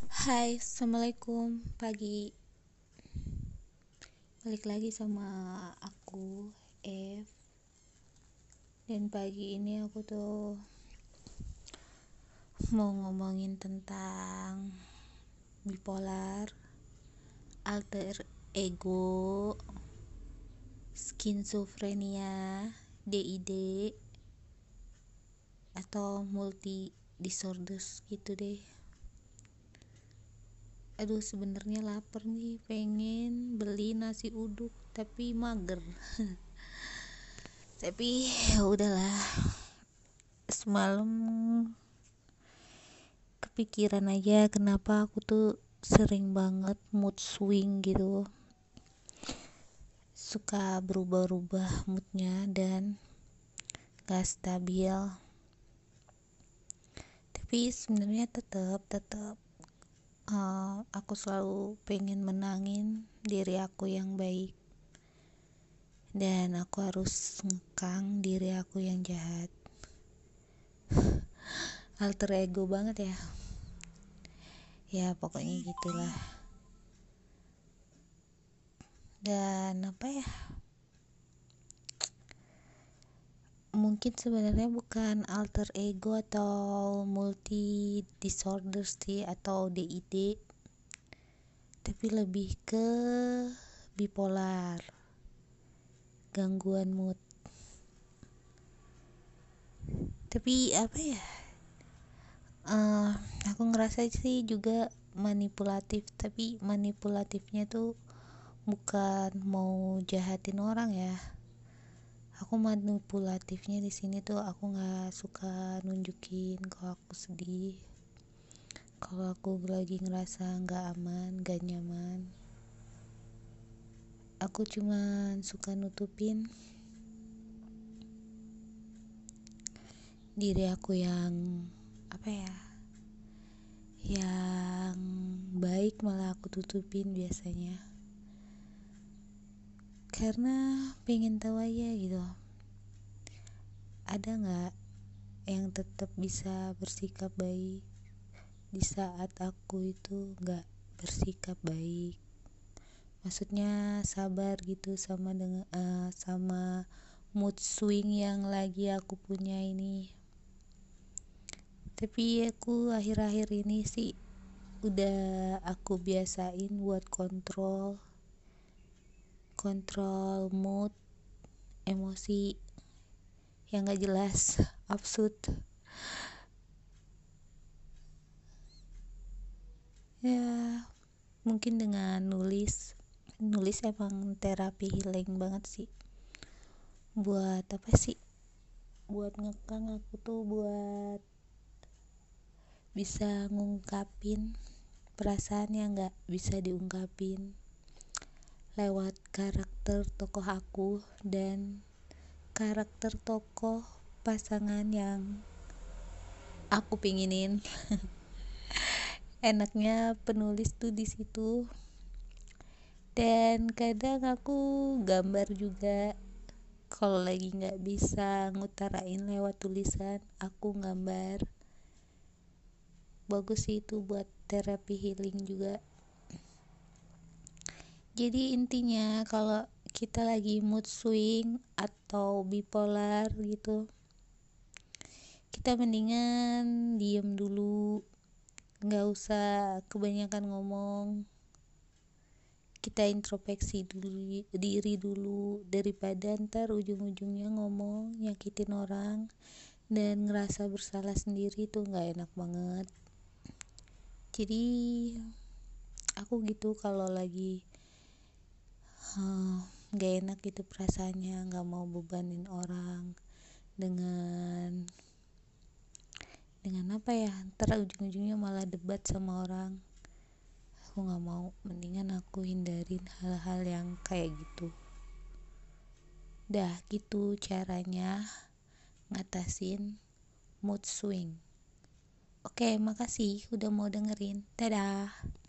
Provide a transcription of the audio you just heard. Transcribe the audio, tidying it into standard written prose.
Hai, assalamualaikum pagi. Balik lagi sama aku, Eve. Dan pagi ini aku tuh mau ngomongin tentang bipolar, alter ego, skizofrenia, DID, atau multi disorders gitu deh. Aduh, sebenarnya lapar nih, pengen beli nasi uduk tapi mager. Tapi ya udahlah, semalam kepikiran aja kenapa aku tuh sering banget mood swing gitu, suka berubah-ubah moodnya dan gak stabil. Tapi sebenarnya tetap aku selalu pengen menangin diri aku yang baik, dan aku harus ngekang diri aku yang jahat. Alter ego banget ya pokoknya gitulah. Dan mungkin sebenarnya bukan alter ego atau multi disorder sih, atau DID, tapi lebih ke bipolar, gangguan mood. Tapi aku ngerasa sih juga manipulatif, tapi manipulatifnya tuh bukan mau jahatin orang ya. Aku manipulatifnya di sini tuh aku nggak suka nunjukin kalau aku sedih, kalau aku lagi ngerasa nggak aman, nggak nyaman. Aku cuman suka nutupin diri aku yang yang baik, malah aku tutupin biasanya karena pengen tahu aja gitu, ada nggak yang tetap bisa bersikap baik di saat aku itu nggak bersikap baik. Maksudnya sabar gitu sama mood swing yang lagi aku punya ini. Tapi aku akhir-akhir ini sih udah aku biasain buat kontrol mood, emosi yang gak jelas, absurd ya. Mungkin dengan nulis emang terapi healing banget sih. Buat buat ngekang aku tuh, buat bisa ngungkapin perasaan yang gak bisa diungkapin lewat karakter tokoh aku dan karakter tokoh pasangan yang aku pinginin. Enaknya penulis tuh di situ. Dan kadang aku gambar juga. Kalau lagi nggak bisa ngutarain lewat tulisan, aku gambar. Bagus sih itu buat terapi healing juga. Jadi intinya kalau kita lagi mood swing atau bipolar gitu, kita mendingan diem dulu, nggak usah kebanyakan ngomong. Kita introspeksi diri dulu, daripada ntar ujung-ujungnya ngomong nyakitin orang dan ngerasa bersalah sendiri, tuh nggak enak banget. Jadi aku gitu kalau lagi nggak enak gitu perasaannya, nggak mau bebanin orang dengan ntar ujung-ujungnya malah debat sama orang. Aku nggak mau, mendingan aku hindarin hal-hal yang kayak gitu. Dah gitu caranya ngatasin mood swing. Oke, makasih udah mau dengerin. Dadah.